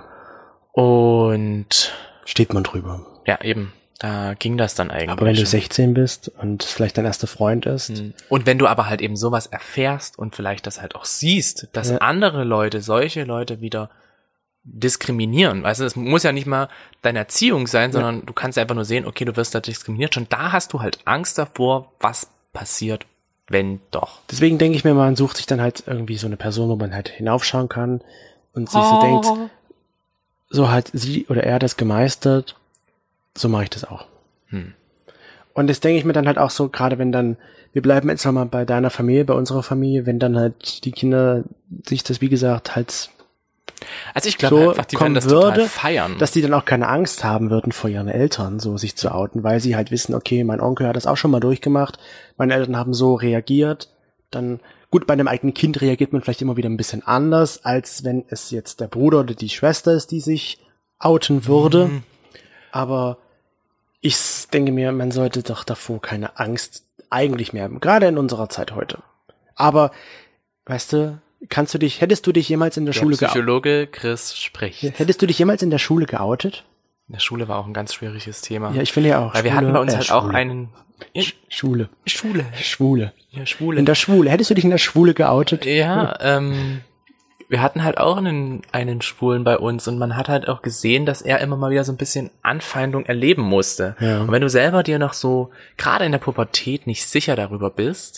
Und steht man drüber. ja, eben, da ging das dann eigentlich. Aber wenn du schon. sechzehn bist und vielleicht dein erster Freund ist, Und wenn du aber halt eben sowas erfährst und vielleicht das halt auch siehst, dass Ja. andere Leute, solche Leute wieder diskriminieren. Weißt du, es muss ja nicht mal deine Erziehung sein, sondern du kannst einfach nur sehen, okay, du wirst da diskriminiert. Schon da hast du halt Angst davor, was passiert, wenn doch. deswegen denke ich mir, man sucht sich dann halt irgendwie so eine Person, wo man halt hinaufschauen kann und sich so denkt, so hat sie oder er das gemeistert, so mache ich das auch. Hm. Und das denke ich mir dann halt auch so, gerade wenn dann, wir bleiben jetzt nochmal bei deiner Familie, bei unserer Familie, wenn dann halt die Kinder sich das, wie gesagt, halt Also ich glaube so einfach, die werden kommen das total würde, feiern. dass die dann auch keine Angst haben würden vor ihren Eltern, so sich zu outen, weil sie halt wissen, okay, mein Onkel hat das auch schon mal durchgemacht, meine Eltern haben so reagiert, dann, gut, bei einem eigenen Kind reagiert man vielleicht immer wieder ein bisschen anders, als wenn es jetzt der Bruder oder die Schwester ist, die sich outen würde, Mhm. aber ich denke mir, man sollte doch davor keine Angst eigentlich mehr haben, gerade in unserer Zeit heute. Aber, weißt du, kannst du dich, hättest du dich jemals in der, der Schule geoutet? Psychologe Chris spricht. Hättest du dich jemals in der Schule geoutet? In der Schule war auch ein ganz schwieriges Thema. Ja, ich finde ja auch. Weil wir Schwule, hatten bei uns äh, halt auch Schwule. einen... Sch- Schule. Schwule. Schwule. Ja, Schwule. In der Schwule. Hättest du dich in der Schwule geoutet? Ja, ähm, wir hatten halt auch einen, einen Schwulen bei uns und man hat halt auch gesehen, dass er immer mal wieder so ein bisschen Anfeindung erleben musste. Ja. Und wenn du selber dir noch so, gerade in der Pubertät, nicht sicher darüber bist,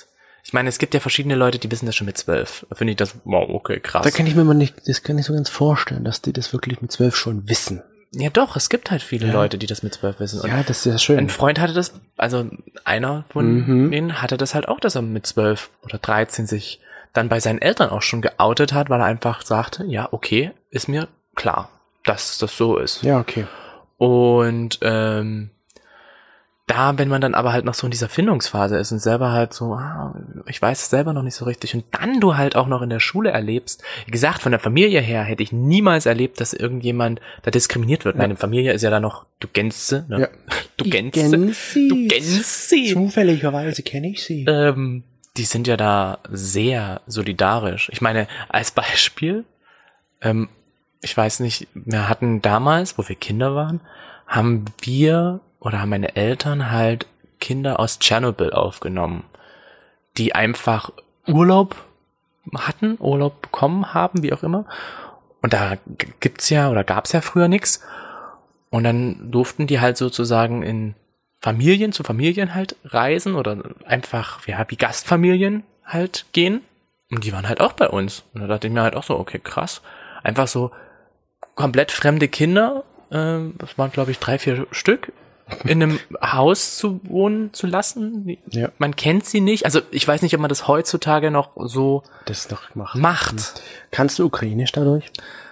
Ich meine, es gibt ja verschiedene Leute, die wissen das schon mit zwölf. Da finde ich das, wow, okay, krass. Da kann ich mir mal nicht, das kann ich so ganz vorstellen, dass die das wirklich mit zwölf schon wissen. Ja doch, es gibt halt viele Ja. Leute, die das mit zwölf wissen. Und Ja, das ist ja schön. ein Freund hatte das, also einer von Mhm. denen hatte das halt auch, dass er mit zwölf oder dreizehn sich dann bei seinen Eltern auch schon geoutet hat, weil er einfach sagte, ja, okay, ist mir klar, dass das so ist. Ja, okay. Und ähm, da, wenn man dann aber halt noch so in dieser Findungsphase ist und selber halt so, ah, ich weiß es selber noch nicht so richtig und dann du halt auch noch in der Schule erlebst, wie gesagt, von der Familie her hätte ich niemals erlebt, dass irgendjemand da diskriminiert wird. Ja. Meine Familie ist ja da noch, du kennst sie, ne? Ja. Du Ich kennst kenn sie, sie. du kennst sie. Zufälligerweise kenne ich sie. Ähm, die sind ja da sehr solidarisch. Ich meine, als Beispiel, ähm, ich weiß nicht, wir hatten damals, wo wir Kinder waren, haben wir oder haben meine Eltern halt Kinder aus Tschernobyl aufgenommen, die einfach Urlaub hatten, Urlaub bekommen haben, wie auch immer. Und da g- gibt's ja oder gab's ja früher nix. Und dann durften die halt sozusagen in Familien zu Familien halt reisen oder einfach, ja, wie Gastfamilien halt gehen. Und die waren halt auch bei uns. Und da dachte ich mir halt auch so, okay, krass. Einfach so komplett fremde Kinder, ähm, das waren glaube ich drei, vier Stück, in einem Haus zu wohnen zu lassen. Die- Ja. Man kennt sie nicht. Also ich weiß nicht, ob man das heutzutage noch so Das noch macht. macht. Kannst du Ukrainisch dadurch?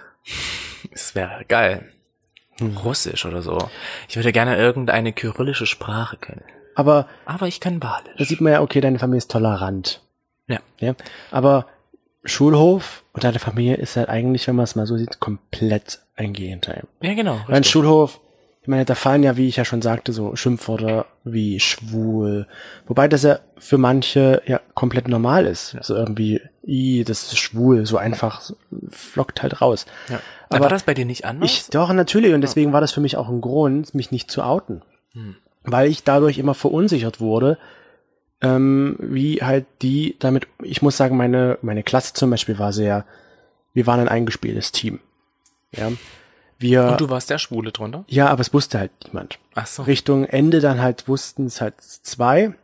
Es wäre geil. Russisch oder so. Ich würde gerne irgendeine kyrillische Sprache können. Aber Aber ich kann da Balisch. sieht man ja, okay, deine Familie ist tolerant. Ja. Ja. Aber Schulhof und deine Familie ist halt eigentlich, wenn man es mal so sieht, komplett ein Gegenteil. Ja, genau. Mein richtig. Schulhof, ich meine, da fallen ja, wie ich ja schon sagte, so Schimpfwörter wie schwul. Wobei das ja für manche ja komplett normal ist. So irgendwie, i, das ist schwul, so einfach so, flockt halt raus. Ja. Aber war das bei dir nicht anders? Ich, doch, natürlich. Und deswegen war das für mich auch ein Grund, mich nicht zu outen. Hm. Weil ich dadurch immer verunsichert wurde, ähm, wie halt die damit, ich muss sagen, meine, meine Klasse zum Beispiel war sehr, wir waren ein eingespieltes Team. Ja. Wir, Und du warst der Schwule drunter? ja, aber es wusste halt niemand. Ach so. Richtung Ende dann halt wussten es halt zwei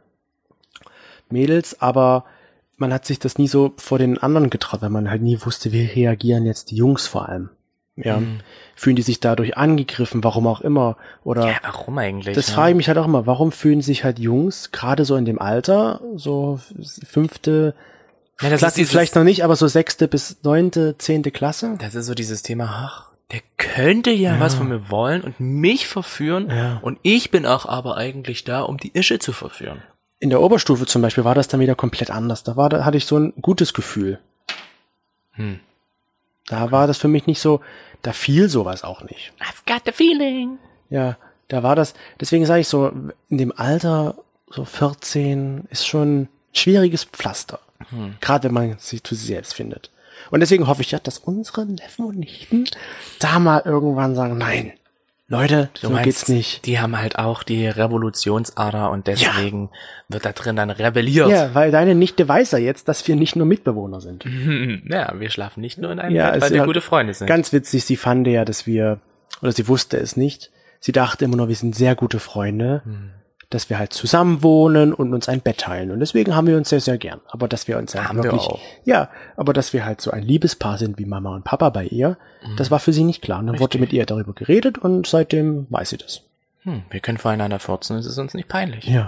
Mädels, aber man hat sich das nie so vor den anderen getraut, weil man halt nie wusste, wie reagieren jetzt die Jungs vor allem. Ja. Mhm. Fühlen die sich dadurch angegriffen, warum auch immer, oder Ja, warum eigentlich? das ne? frage ich mich halt auch immer, warum fühlen sich halt Jungs, gerade so in dem Alter, so fünfte, Ja, das Klasse ist dieses- vielleicht noch nicht, aber so sechste bis neunte, zehnte Klasse? Das ist so dieses Thema, ach, der könnte ja, Ja. was von mir wollen und mich verführen. Ja. Und ich bin auch aber eigentlich da, um die Ische zu verführen. In der Oberstufe zum Beispiel war das dann wieder komplett anders. Da war, da hatte ich so ein gutes Gefühl. Hm. Da war das für mich nicht so, da fiel sowas auch nicht. I've got the feeling. Ja, da war das, deswegen sage ich so, in dem Alter, so vierzehn, ist schon ein schwieriges Pflaster. Hm. Gerade wenn man sich zu sich selbst findet. Und deswegen hoffe ich ja, dass unsere Neffen und Nichten da mal irgendwann sagen, nein, Leute, Du so meinst, geht's nicht. Die haben halt auch die Revolutionsader und deswegen wird da drin dann rebelliert. Ja, weil deine Nichte weiß ja jetzt, dass wir nicht nur Mitbewohner sind. Ja, wir schlafen nicht nur in einem Ja, Bett, es weil ist wir halt gute Freunde sind. Ganz witzig, sie fand ja, dass wir, oder sie wusste es nicht. Sie dachte immer nur, wir sind sehr gute Freunde, Hm. dass wir halt zusammen wohnen und uns ein Bett teilen. Und deswegen haben wir uns sehr, sehr gern. Aber dass wir uns halt Haben wir wirklich, auch. ja, aber dass wir halt so ein Liebespaar sind wie Mama und Papa bei ihr, das war für sie nicht klar. Und dann wurde Richtig. mit ihr darüber geredet und seitdem weiß sie das. Hm, wir können voreinander furzen, es ist uns nicht peinlich. Ja.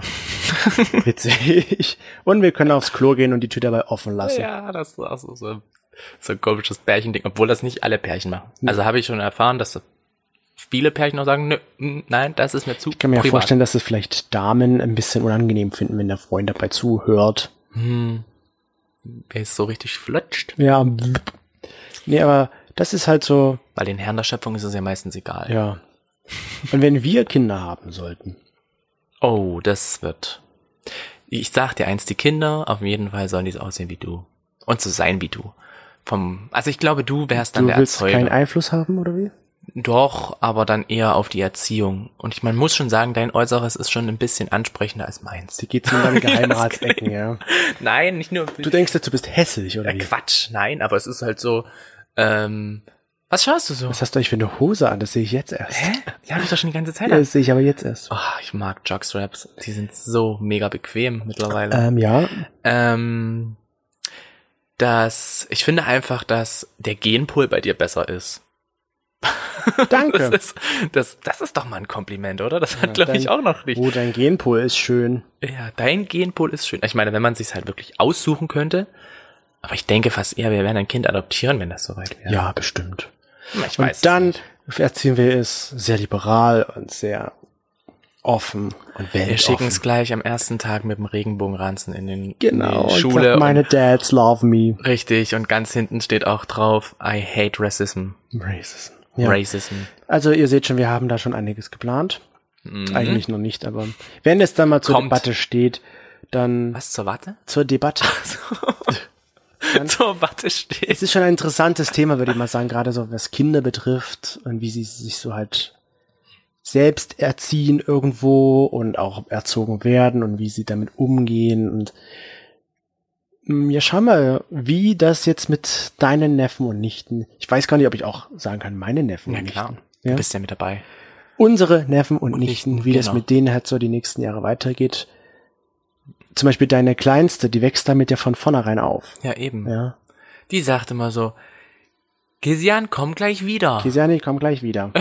Witzig. Und wir können aufs Klo gehen und die Tür dabei offen lassen. Ja, das ist auch so, so, so ein komisches Pärchending, obwohl das nicht alle Pärchen machen. Also habe ich schon erfahren, dass viele Pärchen auch sagen, nö, mm, nein, das ist mir zu Ich kann mir ja privat. vorstellen, dass es vielleicht Damen ein bisschen unangenehm finden, wenn der Freund dabei zuhört. Hm, wer ist so richtig flutscht? Ja. Nee, aber das ist halt so, Weil den Herren der Schöpfung ist es ja meistens egal. ja. Und wenn wir Kinder haben sollten, Oh, das wird. Ich sag dir eins, die Kinder, auf jeden Fall sollen die so aussehen wie du. Und so sein wie du. Vom, also ich glaube, du wärst dann du der willst Erzeuger. keinen Einfluss haben, oder wie? Doch, aber dann eher auf die Erziehung. Und ich, man muss schon sagen, dein Äußeres ist schon ein bisschen ansprechender als meins. Die geht's in deine Geheimratsecken, ja. Nein, nicht nur. Du denkst jetzt, du bist hässlich, oder äh, wie? Quatsch, nein, aber es ist halt so, ähm, Was schaust du so? Was hast du eigentlich für eine Hose an? Das sehe ich jetzt erst. Hä? Die habe ich doch schon die ganze Zeit Ja, an. das sehe ich aber jetzt erst. Oh, ich mag Jockstraps. Die sind so mega bequem mittlerweile. Ähm, ja. Ähm, dass ich finde einfach, dass der Genpool bei dir besser ist. Danke. Das ist, das, das ist doch mal ein Kompliment, oder? Das hat, Ja, glaube ich, dein- auch noch nicht. Oh, dein Genpool ist schön. Ja, dein Genpool ist schön. Ich meine, wenn man sich halt wirklich aussuchen könnte, aber ich denke fast eher, wir werden ein Kind adoptieren, wenn das soweit wäre. Ja, bestimmt. Ich Und weiß es dann nicht. erziehen wir es sehr liberal und sehr offen und Wir weltoffen. schicken es gleich am ersten Tag mit dem Regenbogenranzen in den Genau. in die und Schule. sagt, meine und, Dads love me. richtig, und ganz hinten steht auch drauf, I hate racism. Racism. Ja. Racism. Also ihr seht schon, wir haben da schon einiges geplant. Mhm. Eigentlich noch nicht, aber wenn es dann mal zur Kommt. Debatte steht, dann Was zur Watte? zur Debatte. Dann- zur Watte steht. Es ist schon ein interessantes Thema, würde ich mal sagen, gerade so was Kinder betrifft und wie sie sich so halt selbst erziehen irgendwo und auch erzogen werden und wie sie damit umgehen und mm, ja, schau mal, wie das jetzt mit deinen Neffen und Nichten, ich weiß gar nicht, ob ich auch sagen kann, meine Neffen Ja und klar, Nichten. du Ja? bist ja mit dabei. Unsere Neffen und, Und Nichten, Nichten, wie das genau. mit denen halt so die nächsten Jahre weitergeht. Zum Beispiel deine Kleinste, die wächst damit ja von vornherein auf. Ja, eben. Ja. Die sagt immer so, Kisian, komm gleich wieder. Kisiani, komm gleich wieder.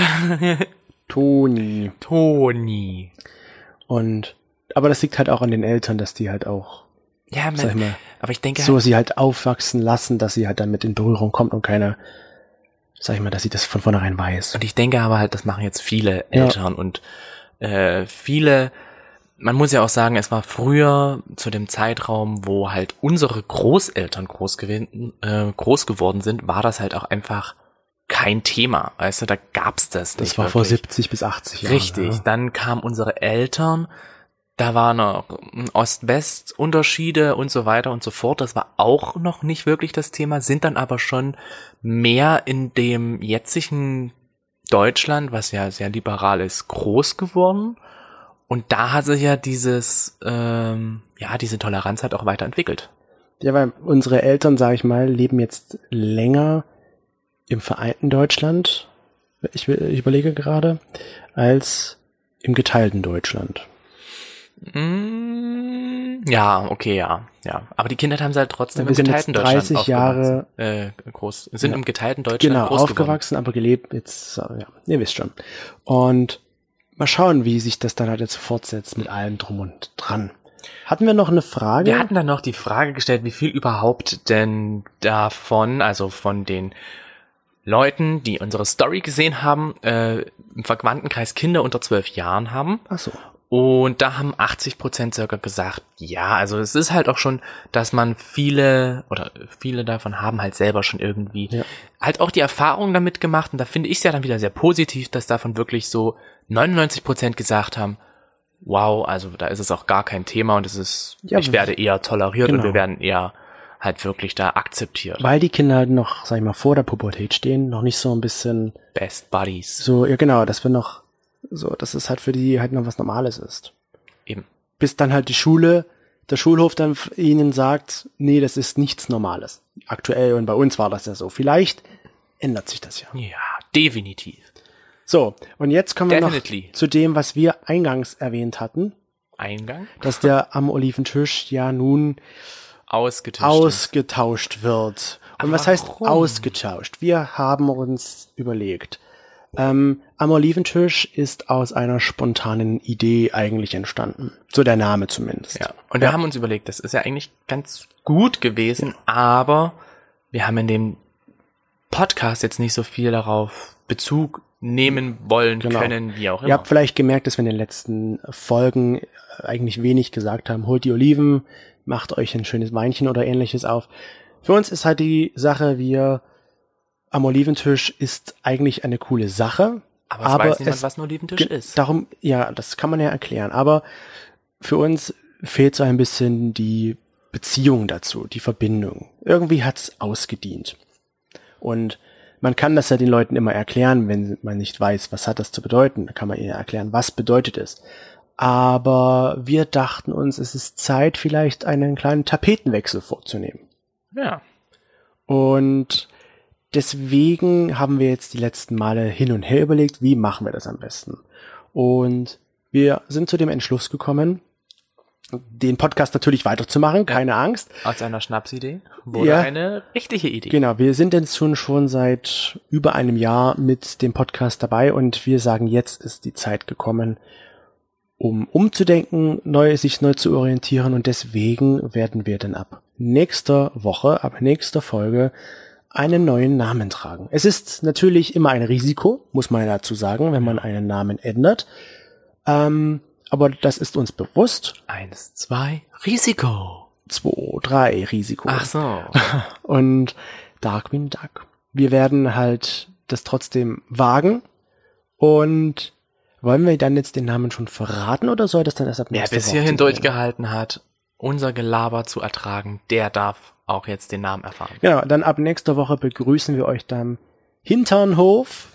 Toni. Toni. Und, aber das liegt halt auch an den Eltern, dass die halt auch, Ja, sag ich man, mal, aber ich denke so halt, sie halt aufwachsen lassen, dass sie halt dann mit in Berührung kommt und keiner, sag ich mal, dass sie das von vornherein weiß. und ich denke aber halt, das machen jetzt viele Ja. Eltern und äh, viele, man muss ja auch sagen, es war früher zu dem Zeitraum, wo halt unsere Großeltern groß, gewin- äh, groß geworden sind, war das halt auch einfach kein Thema. Weißt du, da gab's das Das nicht war vor wirklich. siebzig bis achtzig Jahren. Richtig, Ja. dann kamen unsere Eltern, da waren noch Ost-West-Unterschiede und so weiter und so fort. Das war auch noch nicht wirklich das Thema, sind dann aber schon mehr in dem jetzigen Deutschland, was ja sehr liberal ist, groß geworden. Und da hat sich ja dieses, ähm, ja, diese Toleranz halt auch weiterentwickelt. Ja, weil unsere Eltern, sag ich mal, leben jetzt länger im vereinten Deutschland, ich, ich überlege gerade, als im geteilten Deutschland. Mm, ja, okay, ja, ja. Aber die Kinder haben sie halt trotzdem Ja, wir im sind geteilten jetzt Deutschland dreißig Jahre aufgewachsen. äh, groß, sind Ja. im geteilten Deutschland Genau, groß geworden. aufgewachsen, aber gelebt, jetzt, äh, ja, ihr wisst schon. Und mal schauen, wie sich das dann halt jetzt fortsetzt mit allem drum und dran. Hatten wir noch eine Frage? Wir hatten dann noch die Frage gestellt, wie viel überhaupt denn davon, also von den Leuten, die unsere Story gesehen haben, äh, im Verwandtenkreis Kinder unter zwölf Jahren haben. Ach so. Und da haben achtzig Prozent circa gesagt, ja, also es ist halt auch schon, dass man viele, oder viele davon haben halt selber schon irgendwie Ja. halt auch die Erfahrung damit gemacht. Und da finde ich es ja dann wieder sehr positiv, dass davon wirklich so neunundneunzig Prozent gesagt haben, wow, also da ist es auch gar kein Thema und es ist, Ja, ich werde eher toleriert und genau. wir werden eher halt wirklich da akzeptiert. Weil die Kinder halt noch, sag ich mal, vor der Pubertät stehen, noch nicht so ein bisschen Best Buddies. so, ja genau, dass wir noch, so, dass es halt für die halt noch was Normales ist. Eben. Bis dann halt die Schule, der Schulhof dann f- ihnen sagt, nee, das ist nichts Normales. Aktuell und bei uns war das ja so. Vielleicht ändert sich das ja. Ja, definitiv. So, und jetzt kommen wir Definitely. noch zu dem, was wir eingangs erwähnt hatten, Eingang dass der am Oliventisch ja nun ausgetischt. ausgetauscht wird. Und Aber was heißt warum? ausgetauscht? Wir haben uns überlegt, ähm, am Oliventisch ist aus einer spontanen Idee eigentlich entstanden. So der Name zumindest. Ja. Und wir haben uns überlegt, das ist ja eigentlich ganz gut gewesen, aber wir haben in dem Podcast jetzt nicht so viel darauf Bezug nehmen wollen Genau. können, wie auch Ihr immer. habt vielleicht gemerkt, dass wir in den letzten Folgen äh, eigentlich wenig gesagt haben. Holt die Oliven, macht euch ein schönes Weinchen oder ähnliches auf. Für uns ist halt die Sache, wir am Oliventisch ist eigentlich eine coole Sache. aber es aber weiß niemand, es- was ein Oliventisch Ge- ist. Darum, ja, das kann man ja erklären. Aber für uns fehlt so ein bisschen die Beziehung dazu, die Verbindung. Irgendwie hat's ausgedient. Und man kann das ja den Leuten immer erklären, wenn man nicht weiß, was hat das zu bedeuten. Da kann man ihnen erklären, was bedeutet es. Aber wir dachten uns, es ist Zeit, vielleicht einen kleinen Tapetenwechsel vorzunehmen. Ja. Und deswegen haben wir jetzt die letzten Male hin und her überlegt, wie machen wir das am besten. Und wir sind zu dem Entschluss gekommen, den Podcast natürlich weiterzumachen, keine ja. Angst. Aus einer Schnapsidee wurde ja. eine richtige Idee. Genau, wir sind jetzt schon, schon seit über einem Jahr mit dem Podcast dabei und wir sagen, jetzt ist die Zeit gekommen, um umzudenken, neu, sich neu zu orientieren und deswegen werden wir dann ab nächster Woche, ab nächster Folge einen neuen Namen tragen. Es ist natürlich immer ein Risiko, muss man ja dazu sagen, wenn man einen Namen ändert. Ähm, aber das ist uns bewusst. Eins, zwei, Risiko. Zwei, drei, Risiko. Ach so. Und Darkwing Duck. Wir werden halt das trotzdem wagen. Und wollen wir dann jetzt den Namen schon verraten oder soll das dann erst ab nächster Woche? Wer bis hierhin durchgehalten hat, unser Gelaber zu ertragen, der darf auch jetzt den Namen erfahren. Genau, dann ab nächster Woche begrüßen wir euch dann Hinternhof.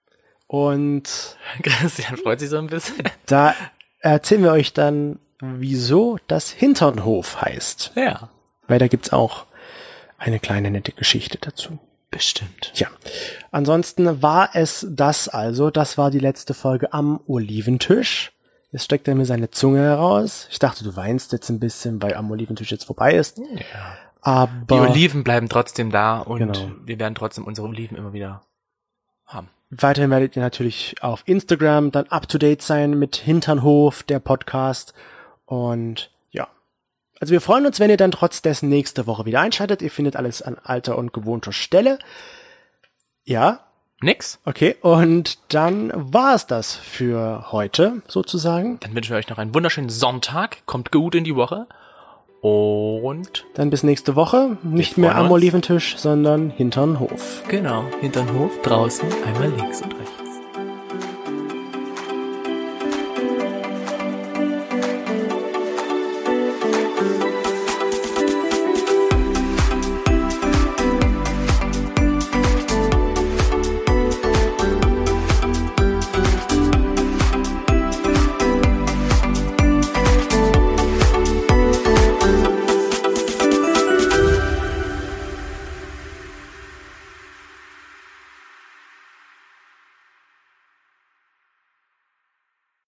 Und Christian freut sich so ein bisschen. Da erzählen wir euch dann, wieso das Hinternhof heißt. Ja. Weil da gibt's auch eine kleine nette Geschichte dazu. Bestimmt. Ja. Ansonsten war es das also. Das war die letzte Folge am Oliventisch. Jetzt steckt er mir seine Zunge heraus. Ich dachte, du weinst jetzt ein bisschen, weil am Oliventisch jetzt vorbei ist. Ja. Aber die Oliven bleiben trotzdem da und genau. wir werden trotzdem unsere Oliven immer wieder haben. Weiterhin werdet ihr natürlich auf Instagram dann up to date sein mit Hinternhof, der Podcast. Und ja, also wir freuen uns, wenn ihr dann trotz dessen nächste Woche wieder einschaltet. Ihr findet alles an alter und gewohnter Stelle. Ja. Nix. Okay, und dann war es das für heute sozusagen. Dann wünschen wir euch noch einen wunderschönen Sonntag. Kommt gut in die Woche. Und dann bis nächste Woche. Nicht mehr am Oliventisch, sondern Hinternhof. Genau, Hinternhof, draußen, einmal links und rechts.